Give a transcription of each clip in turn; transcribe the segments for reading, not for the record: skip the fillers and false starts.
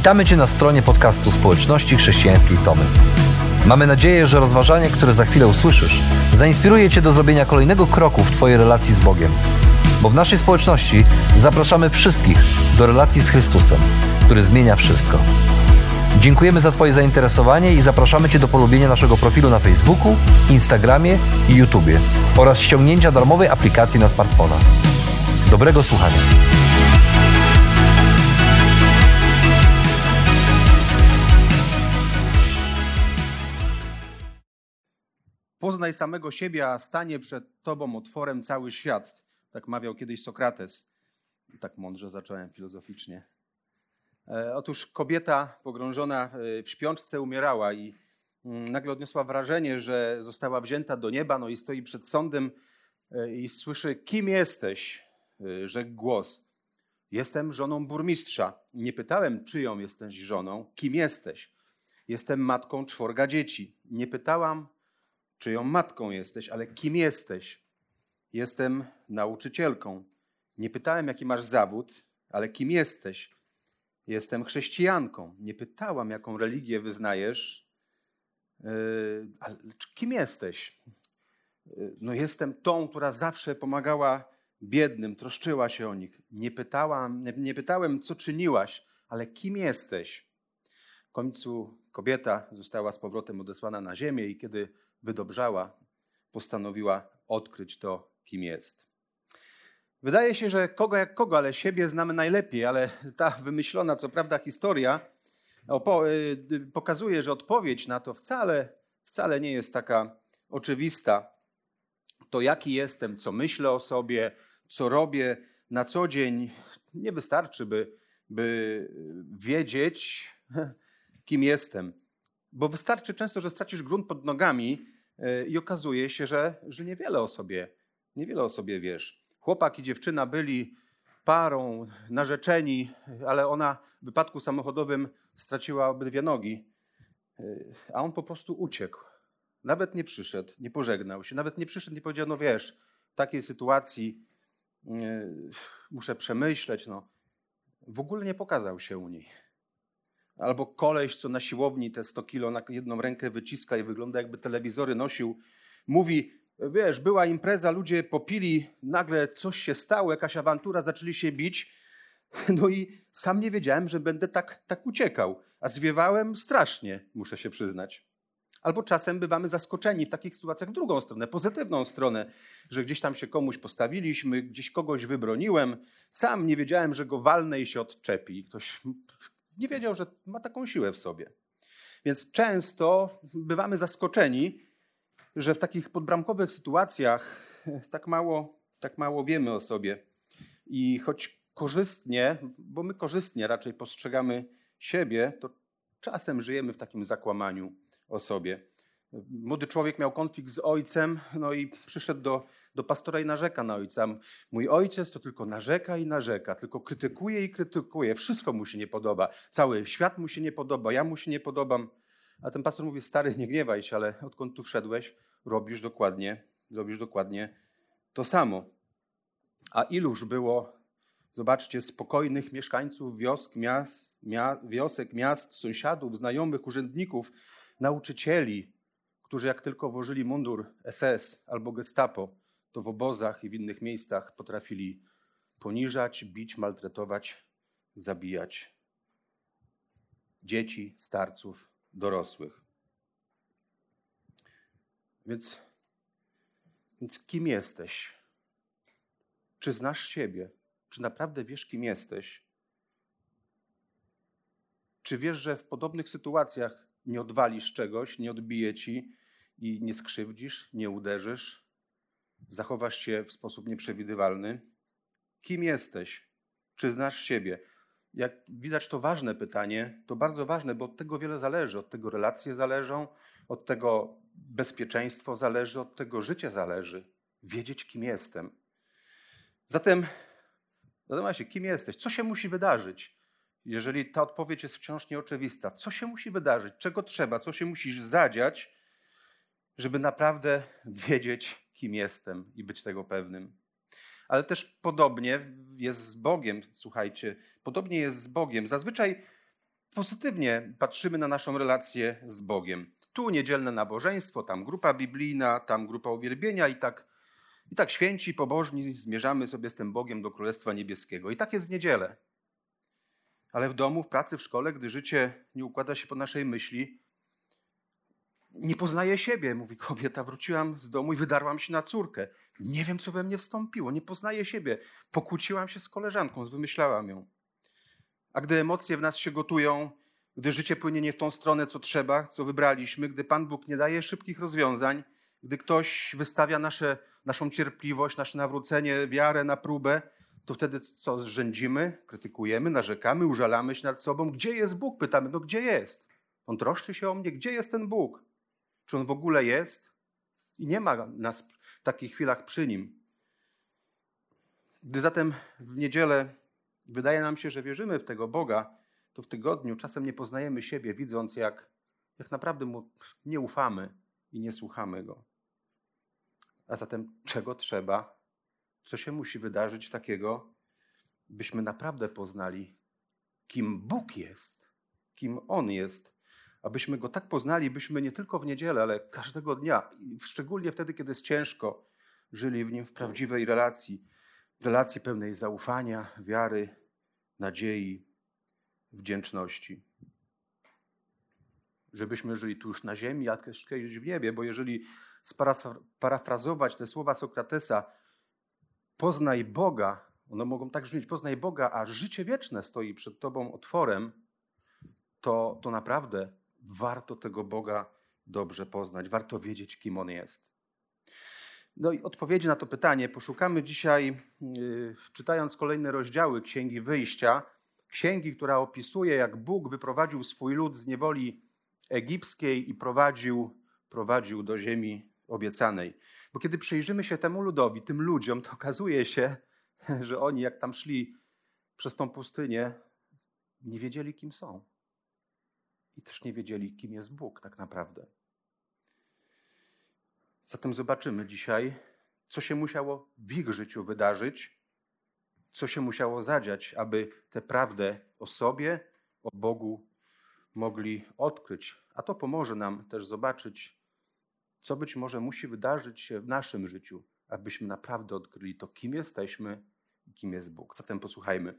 Witamy Cię na stronie podcastu Społeczności Chrześcijańskiej Tomy. Mamy nadzieję, że rozważanie, które za chwilę usłyszysz, zainspiruje Cię do zrobienia kolejnego kroku w Twojej relacji z Bogiem. Bo w naszej społeczności zapraszamy wszystkich do relacji z Chrystusem, który zmienia wszystko. Dziękujemy za Twoje zainteresowanie i zapraszamy Cię do polubienia naszego profilu na Facebooku, Instagramie i YouTubie oraz ściągnięcia darmowej aplikacji na smartfona. Dobrego słuchania. Poznaj samego siebie, a stanie przed tobą otworem cały świat. Tak mawiał kiedyś Sokrates. Tak mądrze zacząłem filozoficznie. Otóż kobieta pogrążona w śpiączce umierała i nagle odniosła wrażenie, że została wzięta do nieba, no i stoi przed sądem i słyszy: kim jesteś? Rzekł głos: jestem żoną burmistrza. Nie pytałem, czyją jesteś żoną, kim jesteś? Jestem matką 4 dzieci. Nie pytałam, czyją matką jesteś, ale kim jesteś? Jestem nauczycielką. Nie pytałem, jaki masz zawód, ale kim jesteś? Jestem chrześcijanką. Nie pytałam, jaką religię wyznajesz, ale kim jesteś? No jestem tą, która zawsze pomagała biednym, troszczyła się o nich. Nie pytałem, co czyniłaś, ale kim jesteś? W końcu kobieta została z powrotem odesłana na ziemię i kiedy wydobrzała, postanowiła odkryć to, kim jest. Wydaje się, że kogo jak kogo, ale siebie znamy najlepiej, ale ta wymyślona, co prawda, historia pokazuje, że odpowiedź na to wcale nie jest taka oczywista. To, jaki jestem, co myślę o sobie, co robię na co dzień, nie wystarczy, by wiedzieć, kim jestem. Bo wystarczy często, że stracisz grunt pod nogami i okazuje się, że niewiele o sobie wiesz. Chłopak i dziewczyna byli parą, narzeczeni, ale ona w wypadku samochodowym straciła obydwie nogi, a on po prostu uciekł. Nawet nie przyszedł, nie pożegnał się, nawet nie przyszedł, nie powiedział: no wiesz, w takiej sytuacji muszę przemyśleć. No. W ogóle nie pokazał się u niej. Albo koleś, co na siłowni te 100 kilo na jedną rękę wyciska i wygląda, jakby telewizory nosił, mówi: wiesz, była impreza, ludzie popili, nagle coś się stało, jakaś awantura, zaczęli się bić. No i sam nie wiedziałem, że będę tak uciekał. A zwiewałem strasznie, muszę się przyznać. Albo czasem bywamy zaskoczeni w takich sytuacjach w drugą stronę, pozytywną stronę, że gdzieś tam się komuś postawiliśmy, gdzieś kogoś wybroniłem, sam nie wiedziałem, że go walnę i się odczepi. Ktoś nie wiedział, że ma taką siłę w sobie. Więc często bywamy zaskoczeni, że w takich podbramkowych sytuacjach tak mało wiemy o sobie. I choć korzystnie, bo my korzystnie raczej postrzegamy siebie, to czasem żyjemy w takim zakłamaniu o sobie. Młody człowiek miał konflikt z ojcem, no i przyszedł do pastora i narzeka na ojca. Mój ojciec to tylko narzeka i narzeka, tylko krytykuje i krytykuje. Wszystko mu się nie podoba. Cały świat mu się nie podoba, ja mu się nie podobam. A ten pastor mówi: stary, nie gniewaj się, ale odkąd tu wszedłeś, robisz dokładnie to samo. A iluż było, zobaczcie, spokojnych mieszkańców wiosek, miast, sąsiadów, znajomych, urzędników, nauczycieli, którzy jak tylko włożyli mundur SS albo Gestapo, to w obozach i w innych miejscach potrafili poniżać, bić, maltretować, zabijać dzieci, starców, dorosłych. Więc kim jesteś? Czy znasz siebie? Czy naprawdę wiesz, kim jesteś? Czy wiesz, że w podobnych sytuacjach nie odwalisz czegoś, nie odbije ci i nie skrzywdzisz, nie uderzysz? Zachowasz się w sposób nieprzewidywalny? Kim jesteś? Czy znasz siebie? Jak widać, to ważne pytanie, to bardzo ważne, bo od tego wiele zależy. Od tego relacje zależą, od tego bezpieczeństwo zależy, od tego życie zależy. Wiedzieć, kim jestem. Zatem zadawaj się, kim jesteś? Co się musi wydarzyć? Jeżeli ta odpowiedź jest wciąż nieoczywista, co się musi wydarzyć? Czego trzeba? Co się musisz zadziać, żeby naprawdę wiedzieć, kim jestem i być tego pewnym? Ale też podobnie jest z Bogiem, słuchajcie, podobnie jest z Bogiem. Zazwyczaj pozytywnie patrzymy na naszą relację z Bogiem. Tu niedzielne nabożeństwo, tam grupa biblijna, tam grupa uwielbienia i tak święci, pobożni zmierzamy sobie z tym Bogiem do Królestwa Niebieskiego. I tak jest w niedzielę. Ale w domu, w pracy, w szkole, gdy życie nie układa się po naszej myśli, nie poznaję siebie, mówi kobieta. Wróciłam z domu i wydarłam się na córkę. Nie wiem, co we mnie wstąpiło, nie poznaję siebie. Pokłóciłam się z koleżanką, zwymyślałam ją. A gdy emocje w nas się gotują, gdy życie płynie nie w tą stronę, co trzeba, co wybraliśmy, gdy Pan Bóg nie daje szybkich rozwiązań, gdy ktoś wystawia naszą cierpliwość, nasze nawrócenie, wiarę na próbę, to wtedy co, zrzędzimy, krytykujemy, narzekamy, użalamy się nad sobą. Gdzie jest Bóg? Pytamy, no gdzie jest? On troszczy się o mnie. Gdzie jest ten Bóg? Czy On w ogóle jest? I nie ma nas w takich chwilach przy Nim. Gdy zatem w niedzielę wydaje nam się, że wierzymy w tego Boga, to w tygodniu czasem nie poznajemy siebie, widząc jak naprawdę Mu nie ufamy i nie słuchamy Go. A zatem czego trzeba? Co się musi wydarzyć takiego, byśmy naprawdę poznali, kim Bóg jest, kim On jest, abyśmy Go tak poznali, byśmy nie tylko w niedzielę, ale każdego dnia, szczególnie wtedy, kiedy jest ciężko, żyli w Nim w prawdziwej relacji pełnej zaufania, wiary, nadziei, wdzięczności. Żebyśmy żyli tu już na ziemi, a też kiedyś w niebie, bo jeżeli sparafrazować te słowa Sokratesa, poznaj Boga, one mogą tak brzmieć, poznaj Boga, a życie wieczne stoi przed tobą otworem, to naprawdę warto tego Boga dobrze poznać, warto wiedzieć, kim On jest. No i odpowiedzi na to pytanie poszukamy dzisiaj, czytając kolejne rozdziały Księgi Wyjścia, księgi, która opisuje, jak Bóg wyprowadził swój lud z niewoli egipskiej i prowadził do ziemi obiecanej. Bo kiedy przyjrzymy się temu ludowi, tym ludziom, to okazuje się, że oni jak tam szli przez tą pustynię, nie wiedzieli, kim są. I też nie wiedzieli, kim jest Bóg tak naprawdę. Zatem zobaczymy dzisiaj, co się musiało w ich życiu wydarzyć, co się musiało zadziać, aby tę prawdę o sobie, o Bogu mogli odkryć. A to pomoże nam też zobaczyć, co być może musi wydarzyć się w naszym życiu, abyśmy naprawdę odkryli to, kim jesteśmy i kim jest Bóg. Zatem posłuchajmy.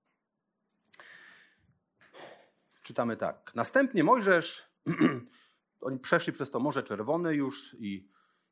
Czytamy tak. Następnie Mojżesz, oni przeszli przez to Morze Czerwone już i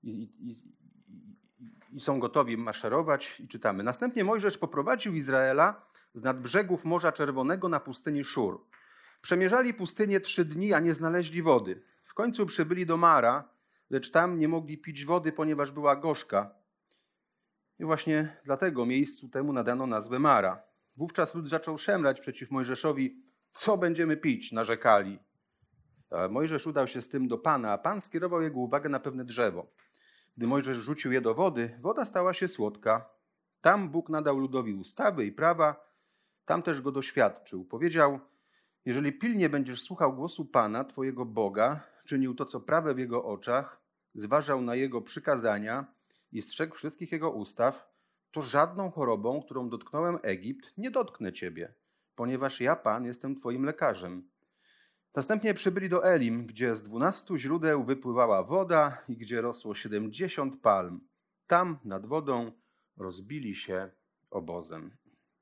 są gotowi maszerować i czytamy. Następnie Mojżesz poprowadził Izraela z nad brzegów Morza Czerwonego na pustyni Szur. Przemierzali pustynię 3 dni, a nie znaleźli wody. W końcu przybyli do Mara, lecz tam nie mogli pić wody, ponieważ była gorzka. I właśnie dlatego miejscu temu nadano nazwę Mara. Wówczas lud zaczął szemrać przeciw Mojżeszowi. Co będziemy pić? Narzekali. A Mojżesz udał się z tym do Pana, a Pan skierował jego uwagę na pewne drzewo. Gdy Mojżesz rzucił je do wody, woda stała się słodka. Tam Bóg nadał ludowi ustawy i prawa, tam też go doświadczył. Powiedział, jeżeli pilnie będziesz słuchał głosu Pana, twojego Boga, czynił to, co prawe w jego oczach, zważał na jego przykazania i strzegł wszystkich jego ustaw, to żadną chorobą, którą dotknąłem Egipt, nie dotknę ciebie, ponieważ ja, Pan, jestem twoim lekarzem. Następnie przybyli do Elim, gdzie z 12 źródeł wypływała woda i gdzie rosło 70 palm. Tam nad wodą rozbili się obozem.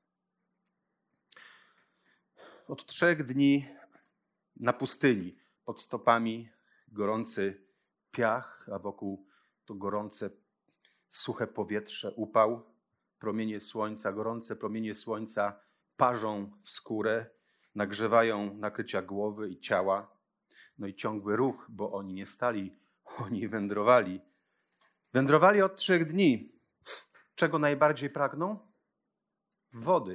Od 3 dni na pustyni, pod stopami gorący piach, a wokół to gorące, suche powietrze, upał, promienie słońca, gorące promienie słońca parzą w skórę, nagrzewają nakrycia głowy i ciała. No i ciągły ruch, bo oni nie stali, oni wędrowali. Wędrowali od 3 dni. Czego najbardziej pragną? Wody.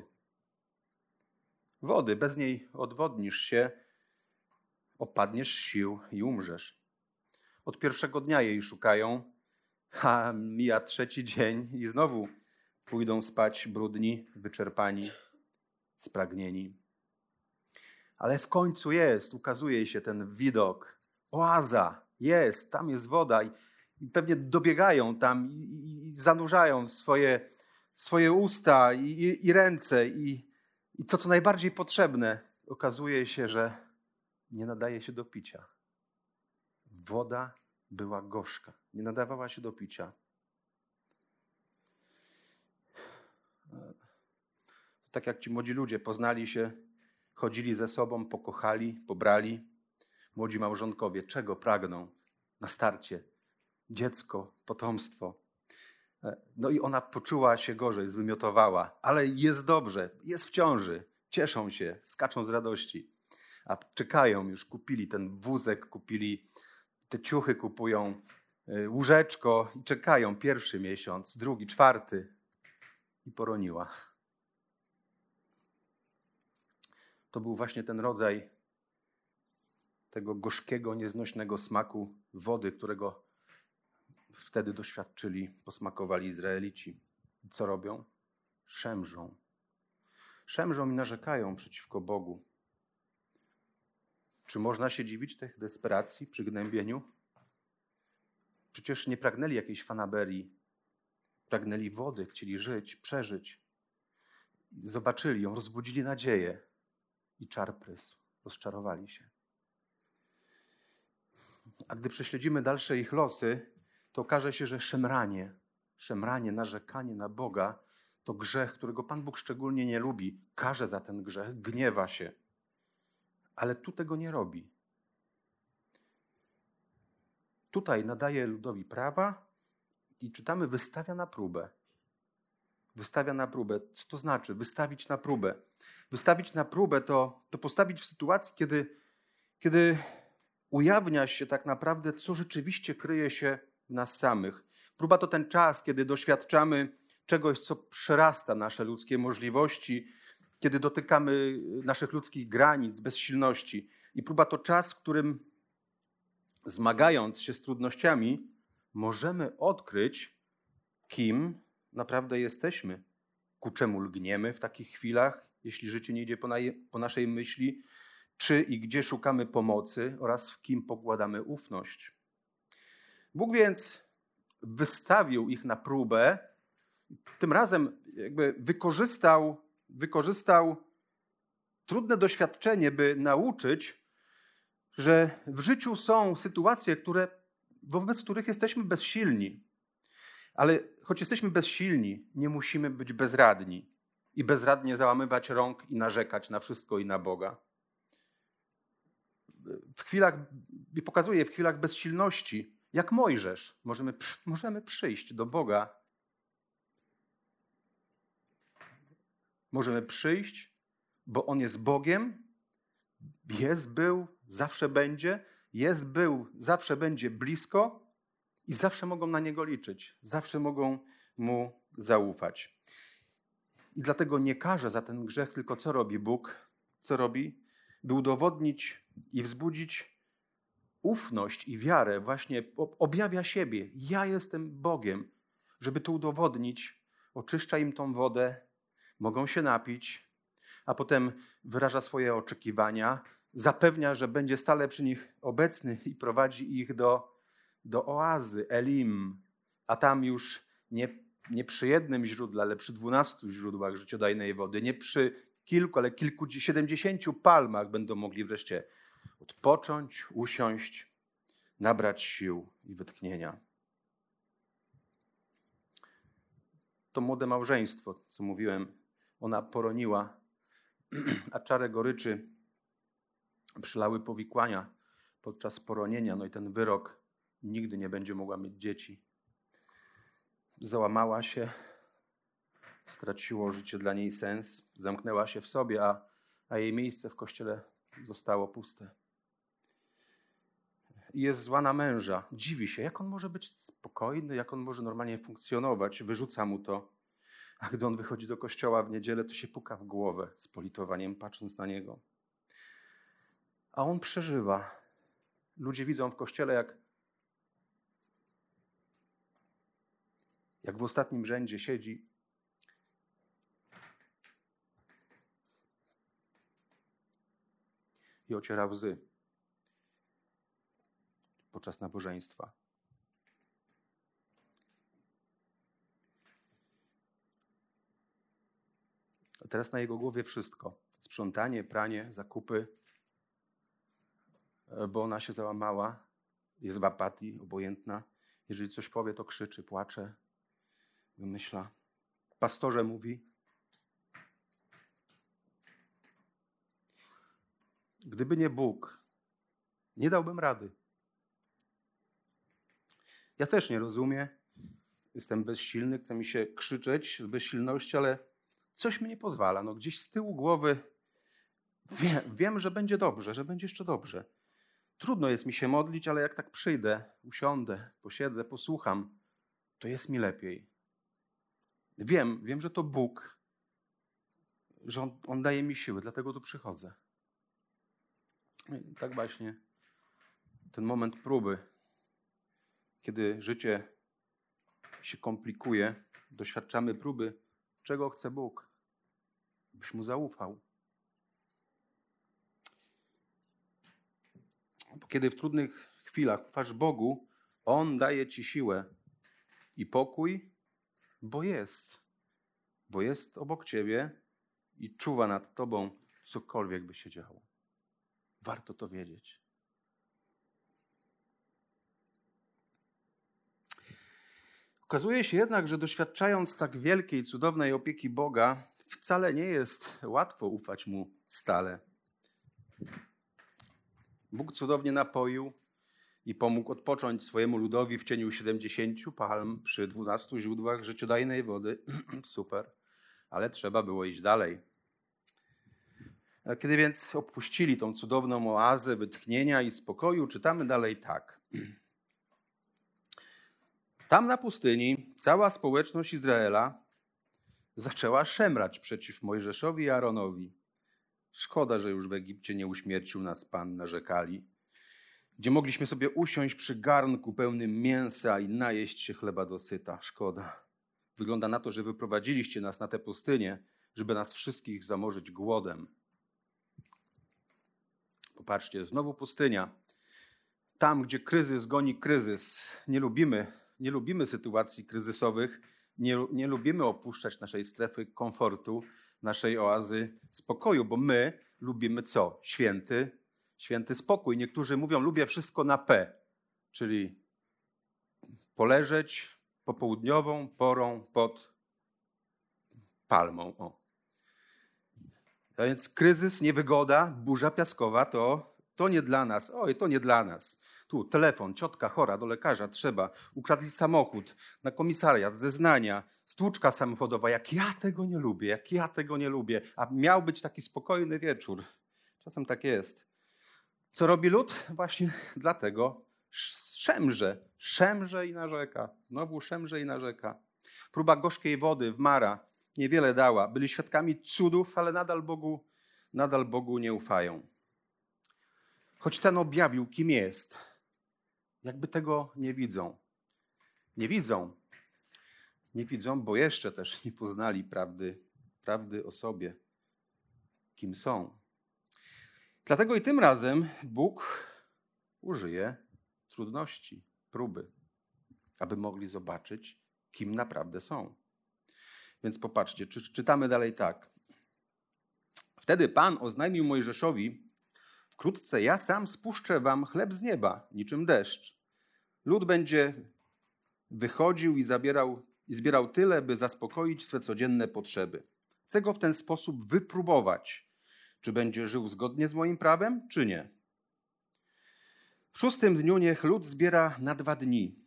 Wody. Bez niej odwodnisz się, opadniesz z sił i umrzesz. Od 1. dnia jej szukają, a mija 3. dzień i znowu pójdą spać brudni, wyczerpani, spragnieni. Ale w końcu ukazuje się ten widok, oaza, tam jest woda i pewnie dobiegają tam i zanurzają swoje usta i ręce i to, co najbardziej potrzebne, okazuje się, że nie nadaje się do picia. Woda była gorzka, nie nadawała się do picia. Tak jak ci młodzi ludzie poznali się, chodzili ze sobą, pokochali, pobrali. Młodzi małżonkowie czego pragną na starcie? Dziecko, potomstwo. No i ona poczuła się gorzej, zwymiotowała, ale jest dobrze, jest w ciąży, cieszą się, skaczą z radości. A czekają już, kupili ten wózek, kupili te ciuchy, kupują łóżeczko i czekają 1. miesiąc, 2., 4. i poroniła. To był właśnie ten rodzaj tego gorzkiego, nieznośnego smaku wody, którego wtedy doświadczyli, posmakowali Izraelici. I co robią? Szemrzą. Szemrzą i narzekają przeciwko Bogu. Czy można się dziwić tej desperacji, przygnębieniu? Przecież nie pragnęli jakiejś fanaberii. Pragnęli wody, chcieli żyć, przeżyć. Zobaczyli ją, rozbudzili nadzieję i czar prysł. Rozczarowali się. A gdy prześledzimy dalsze ich losy, to okaże się, że szemranie, narzekanie na Boga to grzech, którego Pan Bóg szczególnie nie lubi. Karze za ten grzech, gniewa się. Ale tu tego nie robi. Tutaj nadaje ludowi prawa i czytamy, wystawia na próbę. Wystawia na próbę. Co to znaczy? Wystawić na próbę. Wystawić na próbę to postawić w sytuacji, kiedy ujawnia się tak naprawdę, co rzeczywiście kryje się w nas samych. Próba to ten czas, kiedy doświadczamy czegoś, co przerasta nasze ludzkie możliwości, kiedy dotykamy naszych ludzkich granic, bezsilności. I próba to czas, w którym zmagając się z trudnościami, możemy odkryć, kim naprawdę jesteśmy, ku czemu lgniemy w takich chwilach, jeśli życie nie idzie po naszej myśli, czy i gdzie szukamy pomocy oraz w kim pokładamy ufność. Bóg więc wystawił ich na próbę, tym razem jakby wykorzystał trudne doświadczenie, by nauczyć, że w życiu są sytuacje, wobec których jesteśmy bezsilni. Ale choć jesteśmy bezsilni, nie musimy być bezradni i bezradnie załamywać rąk i narzekać na wszystko i na Boga. Pokazuje w chwilach bezsilności, jak Mojżesz, możemy przyjść do Boga. Możemy przyjść, bo On jest Bogiem, jest, był, zawsze będzie, zawsze będzie blisko i zawsze mogą na Niego liczyć, zawsze mogą Mu zaufać. I dlatego nie karze za ten grzech, tylko co robi Bóg? Co robi? By udowodnić i wzbudzić ufność i wiarę, właśnie objawia siebie. Ja jestem Bogiem. Żeby to udowodnić, oczyszcza im tą wodę, mogą się napić, a potem wyraża swoje oczekiwania, zapewnia, że będzie stale przy nich obecny i prowadzi ich do oazy, Elim, a tam już nie przy jednym źródle, ale przy 12 źródłach życiodajnej wody, nie przy kilku, ale 70 palmach będą mogli wreszcie odpocząć, usiąść, nabrać sił i wytchnienia. To młode małżeństwo, co mówiłem, ona poroniła, a czarę goryczy przylały powikłania podczas poronienia. No i ten wyrok, nigdy nie będzie mogła mieć dzieci. Załamała się, straciło życie dla niej sens, zamknęła się w sobie, a jej miejsce w kościele zostało puste. I jest zła na męża, dziwi się, jak on może być spokojny, jak on może normalnie funkcjonować, wyrzuca mu to. A gdy on wychodzi do kościoła w niedzielę, to się puka w głowę z politowaniem, patrząc na niego. A on przeżywa. Ludzie widzą w kościele, jak w ostatnim rzędzie siedzi i ociera łzy podczas nabożeństwa. A teraz na jego głowie wszystko. Sprzątanie, pranie, zakupy, bo ona się załamała, jest w apatii, obojętna. Jeżeli coś powie, to krzyczy, płacze, wymyśla. Pastorze mówi. Gdyby nie Bóg, nie dałbym rady. Ja też nie rozumiem. Jestem bezsilny, chce mi się krzyczeć z bezsilności, ale coś mi nie pozwala. No, gdzieś z tyłu głowy wiem, że będzie dobrze, że będzie jeszcze dobrze. Trudno jest mi się modlić, ale jak tak przyjdę, usiądę, posiedzę, posłucham, to jest mi lepiej. Wiem, że to Bóg, że On daje mi siły, dlatego tu przychodzę. I tak właśnie ten moment próby, kiedy życie się komplikuje, doświadczamy próby, czego chce Bóg, byś Mu zaufał. Bo kiedy w trudnych chwilach ufasz Bogu, On daje ci siłę i pokój, bo jest obok ciebie i czuwa nad tobą, cokolwiek by się działo. Warto to wiedzieć. Okazuje się jednak, że doświadczając tak wielkiej, cudownej opieki Boga, wcale nie jest łatwo ufać Mu stale. Bóg cudownie napoił i pomógł odpocząć swojemu ludowi w cieniu 70 palm przy 12 źródłach życiodajnej wody. Super, ale trzeba było iść dalej. Kiedy więc opuścili tą cudowną oazę wytchnienia i spokoju, czytamy dalej tak. Tam na pustyni cała społeczność Izraela zaczęła szemrać przeciw Mojżeszowi i Aaronowi. Szkoda, że już w Egipcie nie uśmiercił nas Pan, narzekali. Gdzie mogliśmy sobie usiąść przy garnku pełnym mięsa i najeść się chleba dosyta. Szkoda. Wygląda na to, że wyprowadziliście nas na tę pustynię, żeby nas wszystkich zamorzyć głodem. Popatrzcie, znowu pustynia. Tam, gdzie kryzys goni kryzys. Nie lubimy sytuacji kryzysowych. Nie lubimy opuszczać naszej strefy komfortu, naszej oazy spokoju, bo my lubimy co? Święty spokój. Niektórzy mówią, lubię wszystko na P, czyli poleżeć popołudniową porą pod palmą. O. A więc kryzys, niewygoda, burza piaskowa to nie dla nas. Oj, to nie dla nas. Tu telefon, ciotka chora, do lekarza trzeba. Ukradli samochód, na komisariat, zeznania, stłuczka samochodowa. Jak ja tego nie lubię. A miał być taki spokojny wieczór. Czasem tak jest. Co robi lud? Właśnie dlatego szemrze i narzeka. Znowu szemrze i narzeka. Próba gorzkiej wody w Mara niewiele dała. Byli świadkami cudów, ale nadal Bogu nie ufają. Choć ten objawił, kim jest, jakby tego nie widzą. Nie widzą, bo jeszcze też nie poznali prawdy o sobie, kim są. Dlatego i tym razem Bóg użyje trudności, próby, aby mogli zobaczyć, kim naprawdę są. Więc popatrzcie, czytamy dalej tak. Wtedy Pan oznajmił Mojżeszowi, wkrótce ja sam spuszczę wam chleb z nieba, niczym deszcz. Lud będzie wychodził i zbierał tyle, by zaspokoić swe codzienne potrzeby. Chcę go w ten sposób wypróbować, czy będzie żył zgodnie z moim prawem, czy nie. W 6. dniu niech lud zbiera na 2 dni.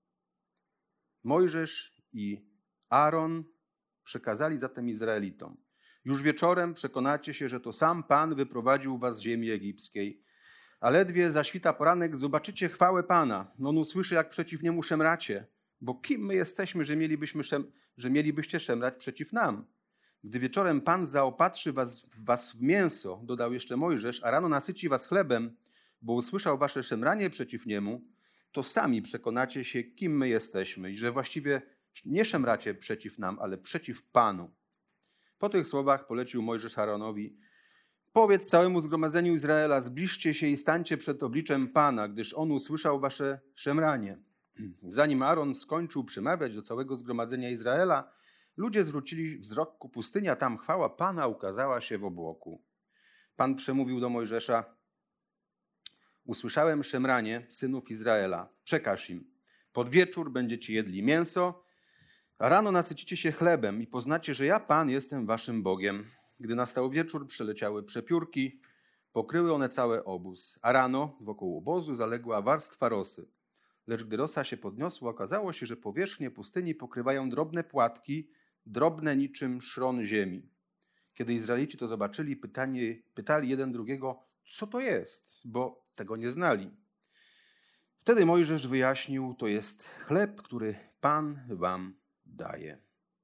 Mojżesz i Aaron przekazali zatem Izraelitom. Już wieczorem przekonacie się, że to sam Pan wyprowadził was z ziemi egipskiej. A ledwie zaświta poranek, zobaczycie chwałę Pana. On usłyszy, jak przeciw niemu szemracie. Bo kim my jesteśmy, że mielibyście szemrać przeciw nam? Gdy wieczorem Pan zaopatrzy was w mięso, dodał jeszcze Mojżesz, a rano nasyci was chlebem, bo usłyszał wasze szemranie przeciw niemu, to sami przekonacie się, kim my jesteśmy i że właściwie nie szemracie przeciw nam, ale przeciw Panu. Po tych słowach polecił Mojżesz Aaronowi: powiedz całemu zgromadzeniu Izraela, zbliżcie się i stańcie przed obliczem Pana, gdyż On usłyszał wasze szemranie. Zanim Aaron skończył przemawiać do całego zgromadzenia Izraela, Ludzie zwrócili wzrok ku pustyni, a tam chwała Pana ukazała się w obłoku. Pan przemówił do Mojżesza: usłyszałem szemranie synów Izraela. Przekaż im: pod wieczór będziecie jedli mięso, a rano nasycicie się chlebem i poznacie, że ja, Pan, jestem waszym Bogiem. Gdy nastał wieczór, przeleciały przepiórki, pokryły one cały obóz, a rano wokół obozu zaległa warstwa rosy. Lecz gdy rosa się podniosła, okazało się, że powierzchnię pustyni pokrywają drobne płatki, drobne niczym szron ziemi. Kiedy Izraelici to zobaczyli, pytali jeden drugiego, co to jest, bo tego nie znali. Wtedy Mojżesz wyjaśnił, to jest chleb, który Pan wam daje.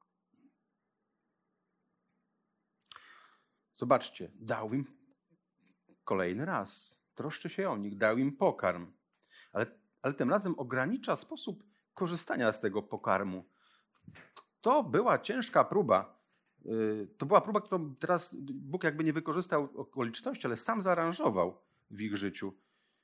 Zobaczcie, dał im kolejny raz, troszczy się o nich, dał im pokarm, ale tym razem ogranicza sposób korzystania z tego pokarmu. To była ciężka próba. To była próba, którą teraz Bóg jakby nie wykorzystał okoliczności, ale sam zaaranżował w ich życiu.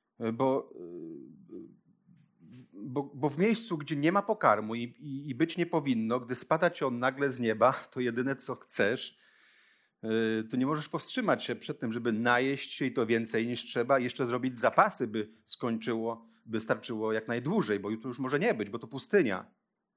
Bo w miejscu, gdzie nie ma pokarmu i być nie powinno, gdy spada ci on nagle z nieba, to jedyne co chcesz, to nie możesz powstrzymać się przed tym, żeby najeść się i to więcej niż trzeba, i jeszcze zrobić zapasy, by starczyło jak najdłużej, bo jutro już może nie być, bo to pustynia.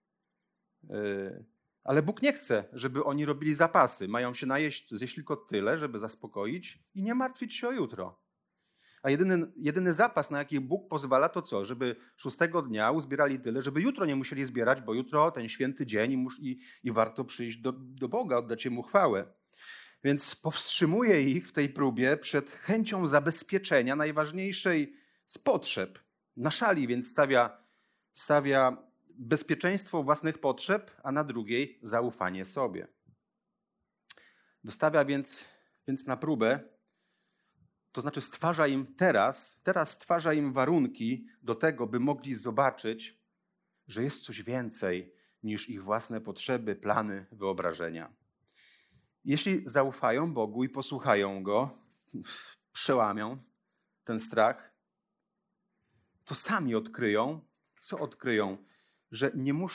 Ale Bóg nie chce, żeby oni robili zapasy. Mają się najeść zjeść tylko tyle, żeby zaspokoić i nie martwić się o jutro. A jedyny zapas, na jaki Bóg pozwala, to co? Żeby 6 dnia uzbierali tyle, żeby jutro nie musieli zbierać, bo jutro ten święty dzień i warto przyjść do Boga, oddać Mu chwałę. Więc powstrzymuje ich w tej próbie przed chęcią zabezpieczenia najważniejszej z potrzeb. Na szali więc stawia bezpieczeństwo własnych potrzeb, a na drugiej zaufanie sobie. Wystawia więc na próbę, to znaczy stwarza im teraz stwarza im warunki do tego, by mogli zobaczyć, że jest coś więcej niż ich własne potrzeby, plany, wyobrażenia. Jeśli zaufają Bogu i posłuchają Go, przełamią ten strach, to sami odkryją, co odkryją, że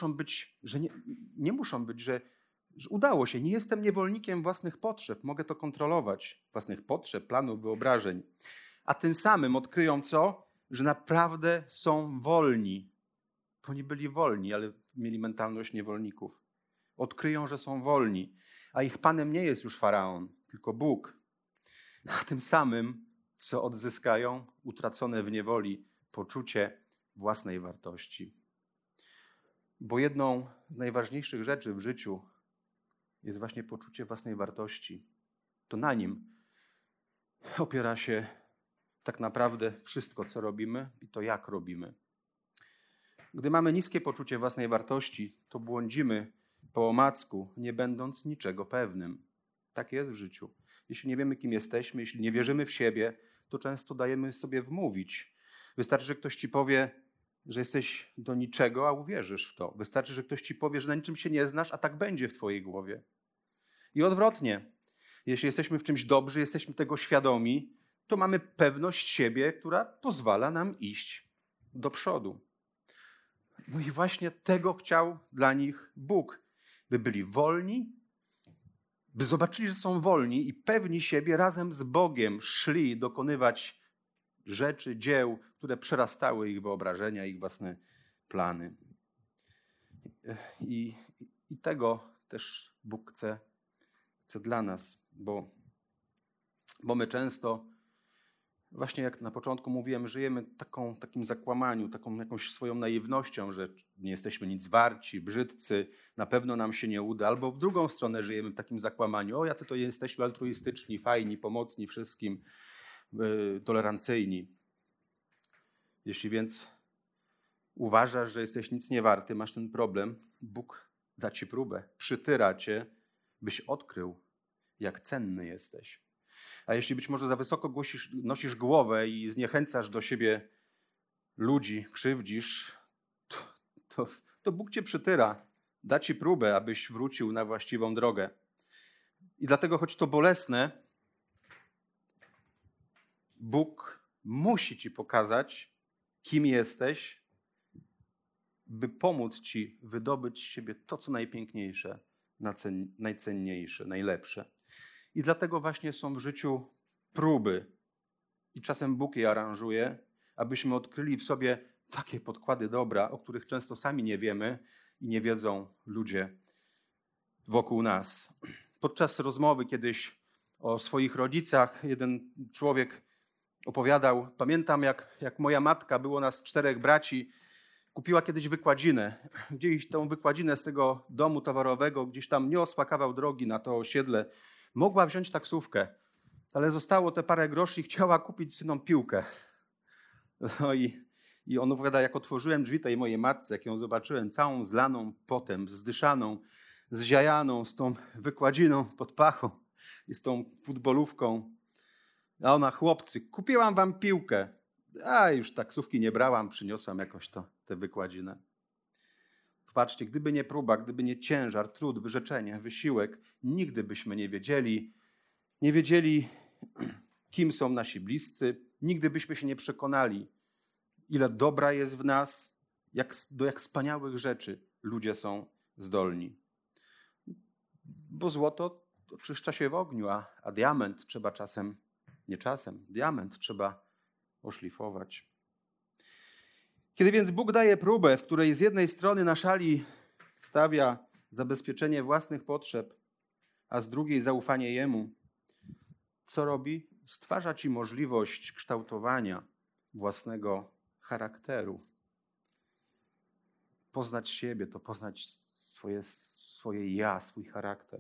że udało się, nie jestem niewolnikiem własnych potrzeb, mogę to kontrolować, własnych potrzeb, planów, wyobrażeń. A tym samym odkryją co? Że naprawdę są wolni. Bo oni byli wolni, ale mieli mentalność niewolników. Odkryją, że są wolni, a ich Panem nie jest już Faraon, tylko Bóg. A tym samym, co odzyskają, utracone w niewoli, poczucie własnej wartości. Bo jedną z najważniejszych rzeczy w życiu jest właśnie poczucie własnej wartości. To na nim opiera się tak naprawdę wszystko, co robimy i to jak robimy. Gdy mamy niskie poczucie własnej wartości, to błądzimy po omacku, nie będąc niczego pewnym. Tak jest w życiu. Jeśli nie wiemy, kim jesteśmy, jeśli nie wierzymy w siebie, to często dajemy sobie wmówić. Wystarczy, że ktoś ci powie, że jesteś do niczego, a uwierzysz w to. Wystarczy, że ktoś ci powie, że na niczym się nie znasz, a tak będzie w twojej głowie. I odwrotnie. Jeśli jesteśmy w czymś dobrzy, jesteśmy tego świadomi, to mamy pewność siebie, która pozwala nam iść do przodu. No i właśnie tego chciał dla nich Bóg. By byli wolni, by zobaczyli, że są wolni i pewni siebie razem z Bogiem szli dokonywać rzeczy, dzieł, które przerastały ich wyobrażenia, ich własne plany. I tego też Bóg chce dla nas, bo my często, właśnie jak na początku mówiłem, żyjemy takim zakłamaniu, taką jakąś swoją naiwnością, że nie jesteśmy nic warci, brzydcy, na pewno nam się nie uda, albo w drugą stronę żyjemy w takim zakłamaniu, jacy to jesteśmy altruistyczni, fajni, pomocni wszystkim, tolerancyjni. Jeśli więc uważasz, że jesteś nic nie warty, masz ten problem, Bóg da ci próbę, przytyra cię, byś odkrył, jak cenny jesteś. A jeśli być może za wysoko nosisz głowę i zniechęcasz do siebie ludzi, krzywdzisz, to Bóg cię przytyra, da ci próbę, abyś wrócił na właściwą drogę. I dlatego, choć to bolesne, Bóg musi ci pokazać, kim jesteś, by pomóc ci wydobyć z siebie to, co najpiękniejsze, najcenniejsze, najlepsze. I dlatego właśnie są w życiu próby. I czasem Bóg je aranżuje, abyśmy odkryli w sobie takie podkłady dobra, o których często sami nie wiemy i nie wiedzą ludzie wokół nas. Podczas rozmowy kiedyś o swoich rodzicach jeden człowiek opowiadał, pamiętam jak moja matka, było nas 4 braci, kupiła kiedyś wykładzinę. Gdzieś tą wykładzinę z tego domu towarowego, gdzieś tam niosła kawał drogi na to osiedle. Mogła wziąć taksówkę, ale zostało te parę groszy i chciała kupić synom piłkę. No i on opowiada, jak otworzyłem drzwi tej mojej matce, jak ją zobaczyłem całą zlaną potem, zdyszaną, zziajaną, z tą wykładziną pod pachą i z tą futbolówką. A ona, chłopcy, kupiłam wam piłkę. A już taksówki nie brałam, przyniosłam jakoś tę wykładzinę. Patrzcie, gdyby nie próba, gdyby nie ciężar, trud, wyrzeczenie, wysiłek, nigdy byśmy nie wiedzieli, kim są nasi bliscy, nigdy byśmy się nie przekonali, ile dobra jest w nas, do jak wspaniałych rzeczy ludzie są zdolni. Bo złoto oczyszcza się w ogniu, a diament trzeba diament trzeba oszlifować. Kiedy więc Bóg daje próbę, w której z jednej strony na szali stawia zabezpieczenie własnych potrzeb, a z drugiej zaufanie Jemu, co robi? Stwarza ci możliwość kształtowania własnego charakteru. Poznać siebie, to poznać swoje ja, swój charakter.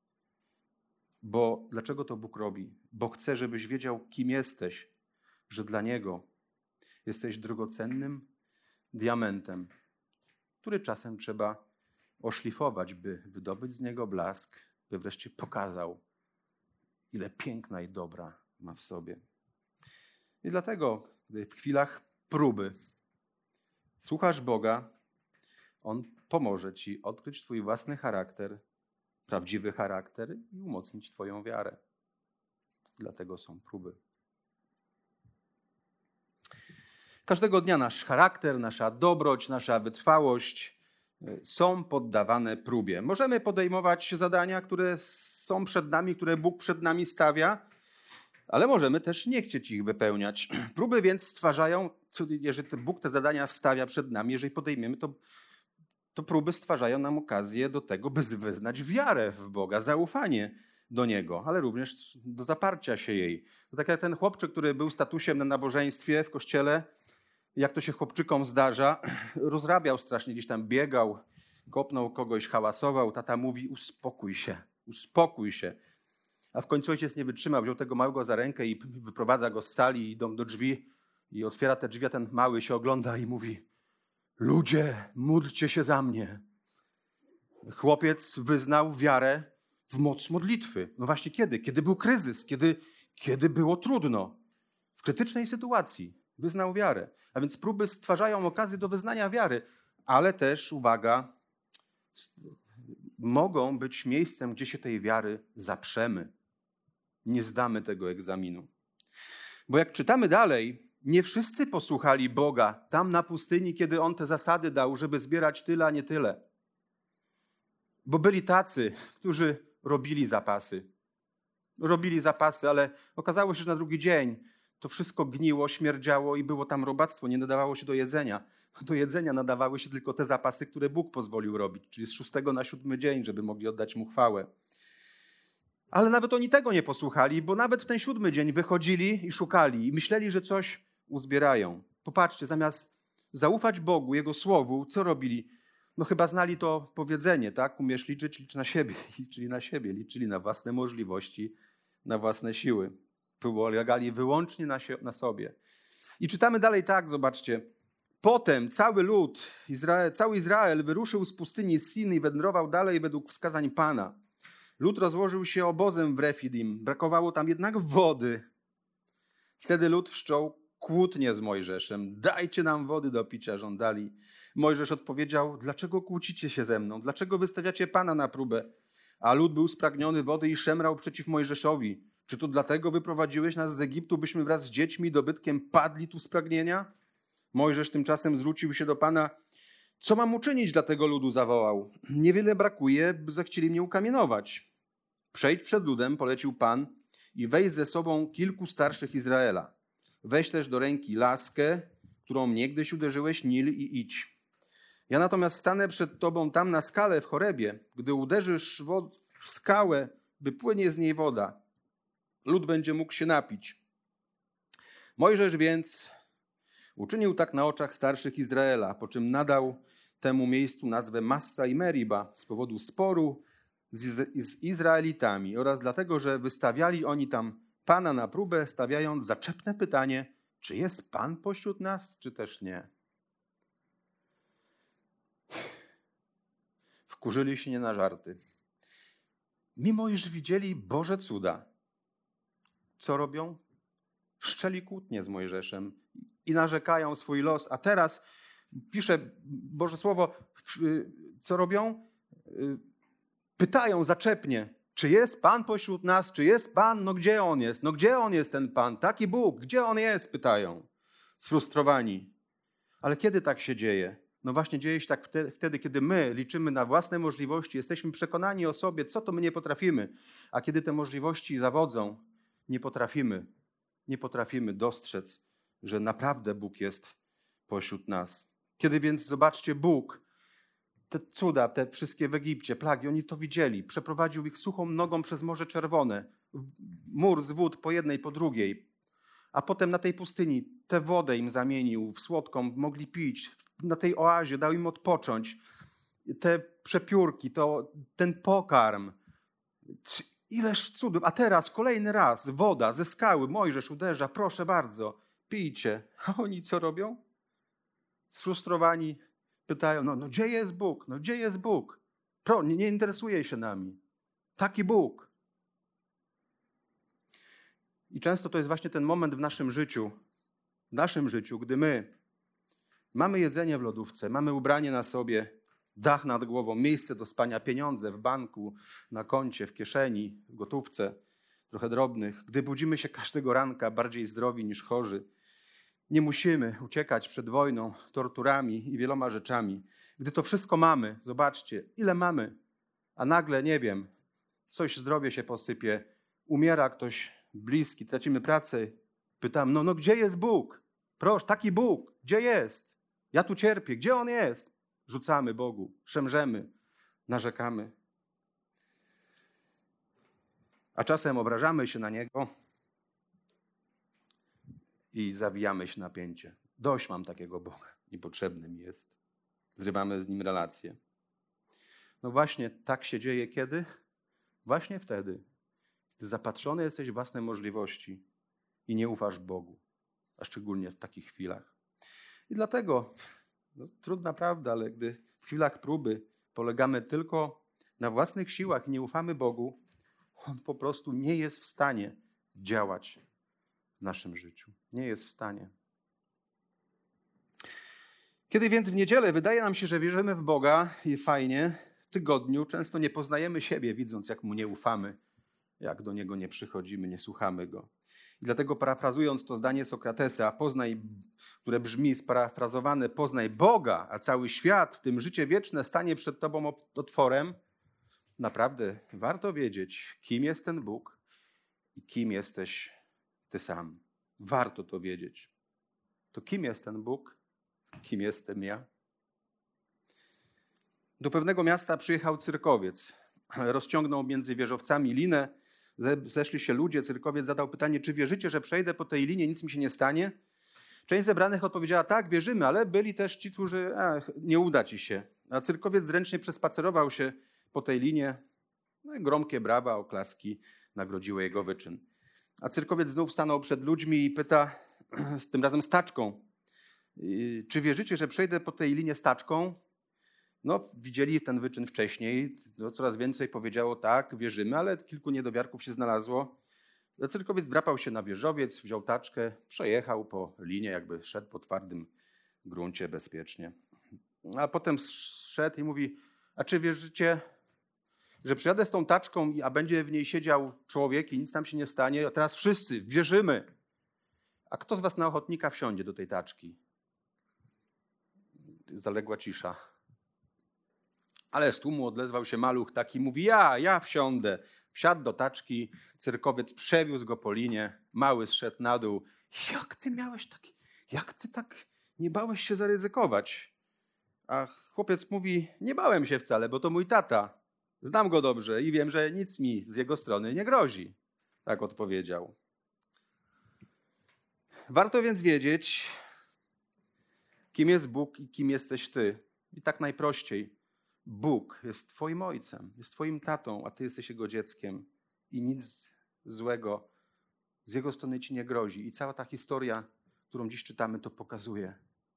Bo dlaczego to Bóg robi? Bo chce, żebyś wiedział, kim jesteś, że dla Niego jesteś drogocennym diamentem, który czasem trzeba oszlifować, by wydobyć z niego blask, by wreszcie pokazał, ile piękna i dobra ma w sobie. I dlatego, gdy w chwilach próby słuchasz Boga, On pomoże ci odkryć twój własny charakter, prawdziwy charakter i umocnić twoją wiarę. Dlatego są próby. Każdego dnia nasz charakter, nasza dobroć, nasza wytrwałość są poddawane próbie. Możemy podejmować zadania, które są przed nami, które Bóg przed nami stawia, ale możemy też nie chcieć ich wypełniać. Próby więc stwarzają, jeżeli Bóg te zadania stawia przed nami, jeżeli podejmiemy, to próby stwarzają nam okazję do tego, by wyznać wiarę w Boga, zaufanie do Niego, ale również do zaparcia się jej. To tak jak ten chłopczyk, który był statusem na nabożeństwie w kościele, jak to się chłopczykom zdarza, rozrabiał strasznie, gdzieś tam biegał, kopnął kogoś, hałasował. Tata mówi, uspokój się. A w końcu ojciec nie wytrzymał, wziął tego małego za rękę i wyprowadza go z sali, idą do drzwi i otwiera te drzwi, a ten mały się ogląda i mówi, ludzie, módlcie się za mnie. Chłopiec wyznał wiarę w moc modlitwy. No właśnie kiedy? Kiedy był kryzys, kiedy było trudno. W krytycznej sytuacji wyznał wiarę. A więc próby stwarzają okazję do wyznania wiary, ale też, uwaga, mogą być miejscem, gdzie się tej wiary zaprzemy. Nie zdamy tego egzaminu. Bo jak czytamy dalej, nie wszyscy posłuchali Boga tam na pustyni, kiedy On te zasady dał, żeby zbierać tyle, a nie tyle. Bo byli tacy, którzy robili zapasy, ale okazało się, że na drugi dzień to wszystko gniło, śmierdziało i było tam robactwo, nie nadawało się do jedzenia. Do jedzenia nadawały się tylko te zapasy, które Bóg pozwolił robić, czyli z 6 na 7 dzień, żeby mogli oddać Mu chwałę. Ale nawet oni tego nie posłuchali, bo nawet w ten 7 dzień wychodzili i szukali i myśleli, że coś uzbierają. Popatrzcie, zamiast zaufać Bogu, Jego Słowu, co robili? No chyba znali to powiedzenie, tak? Umiesz liczyć, licz na siebie. Liczyli na własne możliwości, na własne siły. Polegali wyłącznie na sobie. I czytamy dalej tak, zobaczcie. Potem cały Izrael wyruszył z pustyni Sin i wędrował dalej według wskazań Pana. Lud rozłożył się obozem w Refidim. Brakowało tam jednak wody. Wtedy lud wszczął kłótnię z Mojżeszem. Dajcie nam wody do picia, żądali. Mojżesz odpowiedział, dlaczego kłócicie się ze mną? Dlaczego wystawiacie Pana na próbę? A lud był spragniony wody i szemrał przeciw Mojżeszowi. Czy to dlatego wyprowadziłeś nas z Egiptu, byśmy wraz z dziećmi i dobytkiem padli tu z pragnienia? Mojżesz tymczasem zwrócił się do Pana. Co mam uczynić dla tego ludu, zawołał. Niewiele brakuje, by zechcieli mnie ukamienować. Przejdź przed ludem, polecił Pan, i weź ze sobą kilku starszych Izraela. Weź też do ręki laskę, którą niegdyś uderzyłeś, Nil, i idź. Ja natomiast stanę przed tobą tam na skale w Chorebie. Gdy uderzysz w skałę, wypłynie z niej woda. Lud będzie mógł się napić. Mojżesz więc uczynił tak na oczach starszych Izraela, po czym nadał temu miejscu nazwę Massa i Meriba z powodu sporu z Izraelitami oraz dlatego, że wystawiali oni tam Pana na próbę, stawiając zaczepne pytanie, czy jest Pan pośród nas, czy też nie. Wkurzyli się nie na żarty. Mimo iż widzieli Boże cuda, co robią? Wszczęli kłótnie z Mojżeszem i narzekają swój los. A teraz pisze Boże Słowo, co robią? Pytają zaczepnie, czy jest Pan pośród nas, czy jest Pan? No gdzie On jest? No gdzie On jest ten Pan? Taki Bóg, gdzie On jest? Pytają, sfrustrowani. Ale kiedy tak się dzieje? No właśnie dzieje się tak wtedy, kiedy my liczymy na własne możliwości, jesteśmy przekonani o sobie, co to my nie potrafimy. A kiedy te możliwości zawodzą, nie potrafimy dostrzec, że naprawdę Bóg jest pośród nas. Kiedy więc, zobaczcie, Bóg, te cuda, te wszystkie w Egipcie, plagi, oni to widzieli. Przeprowadził ich suchą nogą przez Morze Czerwone. Mur z wód po jednej, po drugiej. A potem na tej pustyni tę wodę im zamienił w słodką, mogli pić. Na tej oazie dał im odpocząć. Te przepiórki, ten pokarm. Ileż cudów. A teraz kolejny raz woda ze skały. Mojżesz uderza, proszę bardzo, pijcie. A oni co robią? Sfrustrowani pytają, no gdzie jest Bóg? No gdzie jest Bóg? Nie interesuje się nami. Taki Bóg. I często to jest właśnie ten moment w naszym życiu, gdy my mamy jedzenie w lodówce, mamy ubranie na sobie, dach nad głową, miejsce do spania, pieniądze w banku, na koncie, w kieszeni, w gotówce, trochę drobnych. Gdy budzimy się każdego ranka bardziej zdrowi niż chorzy, nie musimy uciekać przed wojną, torturami i wieloma rzeczami. Gdy to wszystko mamy, zobaczcie, ile mamy, a nagle, nie wiem, zdrowie się posypie, umiera ktoś bliski, tracimy pracę. Pytam, no gdzie jest Bóg? Proszę, taki Bóg, gdzie jest? Ja tu cierpię, gdzie On jest? Rzucamy Bogu, szemrzemy, narzekamy. A czasem obrażamy się na Niego i zawijamy się napięcie. Dość mam takiego Boga, niepotrzebny mi jest. Zrywamy z Nim relacje. No właśnie tak się dzieje kiedy? Właśnie wtedy, gdy zapatrzony jesteś w własne możliwości i nie ufasz Bogu, a szczególnie w takich chwilach. I dlatego, trudna prawda, ale gdy w chwilach próby polegamy tylko na własnych siłach i nie ufamy Bogu, On po prostu nie jest w stanie działać w naszym życiu. Nie jest w stanie. Kiedy więc w niedzielę wydaje nam się, że wierzymy w Boga i fajnie, w tygodniu często nie poznajemy siebie, widząc jak Mu nie ufamy, jak do Niego nie przychodzimy, nie słuchamy Go. I dlatego parafrazując to zdanie Sokratesa, które brzmi sparafrazowane, poznaj Boga, a cały świat, w tym życie wieczne, stanie przed Tobą otworem, naprawdę warto wiedzieć, kim jest ten Bóg i kim jesteś Ty sam. Warto to wiedzieć. To kim jest ten Bóg? Kim jestem ja? Do pewnego miasta przyjechał cyrkowiec. Rozciągnął między wieżowcami linę. Zeszli się ludzie. Cyrkowiec zadał pytanie, czy wierzycie, że przejdę po tej linie, nic mi się nie stanie? Część zebranych odpowiedziała, tak, wierzymy, ale byli też ci, którzy, nie uda ci się. A cyrkowiec zręcznie przespacerował się po tej linie. No i gromkie brawa, oklaski nagrodziły jego wyczyn. A cyrkowiec znów stanął przed ludźmi i pyta, tym razem z taczką, czy wierzycie, że przejdę po tej linie z taczką? No, widzieli ten wyczyn wcześniej. No, coraz więcej powiedziało, tak, wierzymy, ale kilku niedowiarków się znalazło. Cyrkowiec drapał się na wieżowiec, wziął taczkę, przejechał po linie, jakby szedł po twardym gruncie bezpiecznie. A potem szedł i mówi, a czy wierzycie, że przyjadę z tą taczką, a będzie w niej siedział człowiek i nic nam się nie stanie? A teraz wszyscy wierzymy. A kto z was na ochotnika wsiądzie do tej taczki? Zaległa cisza. Ale z tłumu odezwał się maluch taki, mówi, ja wsiądę. Wsiadł do taczki, cyrkowiec przewiózł go po linie, mały zszedł na dół. Jak ty tak nie bałeś się zaryzykować? A chłopiec mówi, nie bałem się wcale, bo to mój tata. Znam go dobrze i wiem, że nic mi z jego strony nie grozi. Tak odpowiedział. Warto więc wiedzieć, kim jest Bóg i kim jesteś ty. I tak najprościej. Bóg jest twoim ojcem, jest twoim tatą, a ty jesteś jego dzieckiem. I nic złego z jego strony ci nie grozi. I cała ta historia, którą dziś czytamy, to pokazuje.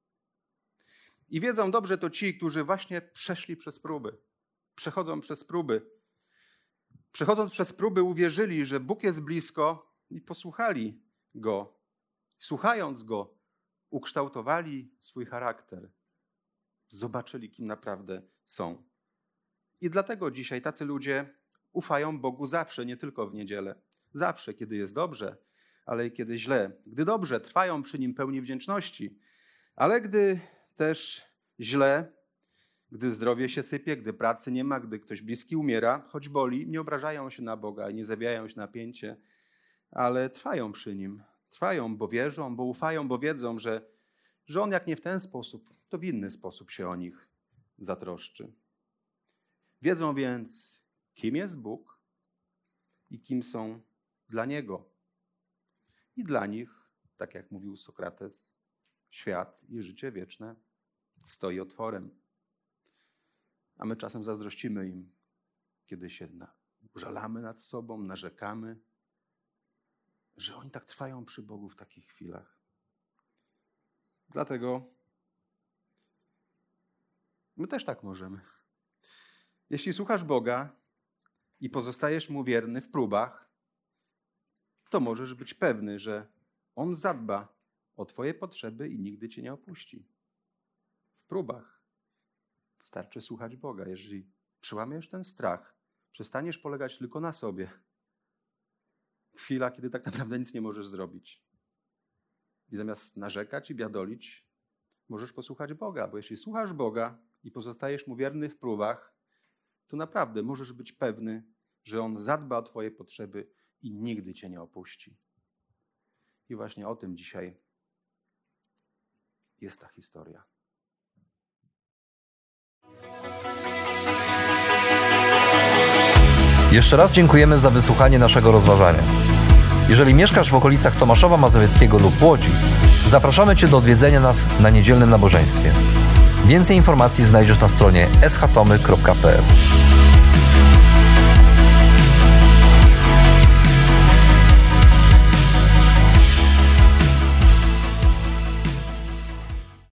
I wiedzą dobrze to ci, którzy właśnie przeszli przez próby. Przechodzą przez próby. Przechodząc przez próby uwierzyli, że Bóg jest blisko i posłuchali Go. Słuchając Go, ukształtowali swój charakter. Zobaczyli, kim naprawdę są. I dlatego dzisiaj tacy ludzie ufają Bogu zawsze, nie tylko w niedzielę. Zawsze, kiedy jest dobrze, ale i kiedy źle. Gdy dobrze, trwają przy Nim pełni wdzięczności. Ale gdy też źle, gdy zdrowie się sypie, gdy pracy nie ma, gdy ktoś bliski umiera, choć boli, nie obrażają się na Boga i nie zawijają się napięcie, ale trwają przy Nim. Trwają, bo wierzą, bo ufają, bo wiedzą, że On jak nie w ten sposób, to w inny sposób się o nich zatroszczy. Wiedzą więc, kim jest Bóg i kim są dla Niego. I dla nich, tak jak mówił Sokrates, świat i życie wieczne stoi otworem. A my czasem zazdrościmy im, kiedy się użalamy nad sobą, narzekamy, że oni tak trwają przy Bogu w takich chwilach. Dlatego my też tak możemy. Jeśli słuchasz Boga i pozostajesz Mu wierny w próbach, to możesz być pewny, że On zadba o twoje potrzeby i nigdy cię nie opuści. W próbach wystarczy słuchać Boga. Jeżeli przełamiesz ten strach, przestaniesz polegać tylko na sobie, chwila, kiedy tak naprawdę nic nie możesz zrobić. I zamiast narzekać i biadolić, możesz posłuchać Boga, bo jeśli słuchasz Boga i pozostajesz Mu wierny w próbach, to naprawdę możesz być pewny, że On zadba o twoje potrzeby i nigdy cię nie opuści. I właśnie o tym dzisiaj jest ta historia. Jeszcze raz dziękujemy za wysłuchanie naszego rozważania. Jeżeli mieszkasz w okolicach Tomaszowa Mazowieckiego lub Łodzi, zapraszamy Cię do odwiedzenia nas na niedzielnym nabożeństwie. Więcej informacji znajdziesz na stronie schtomy.pl.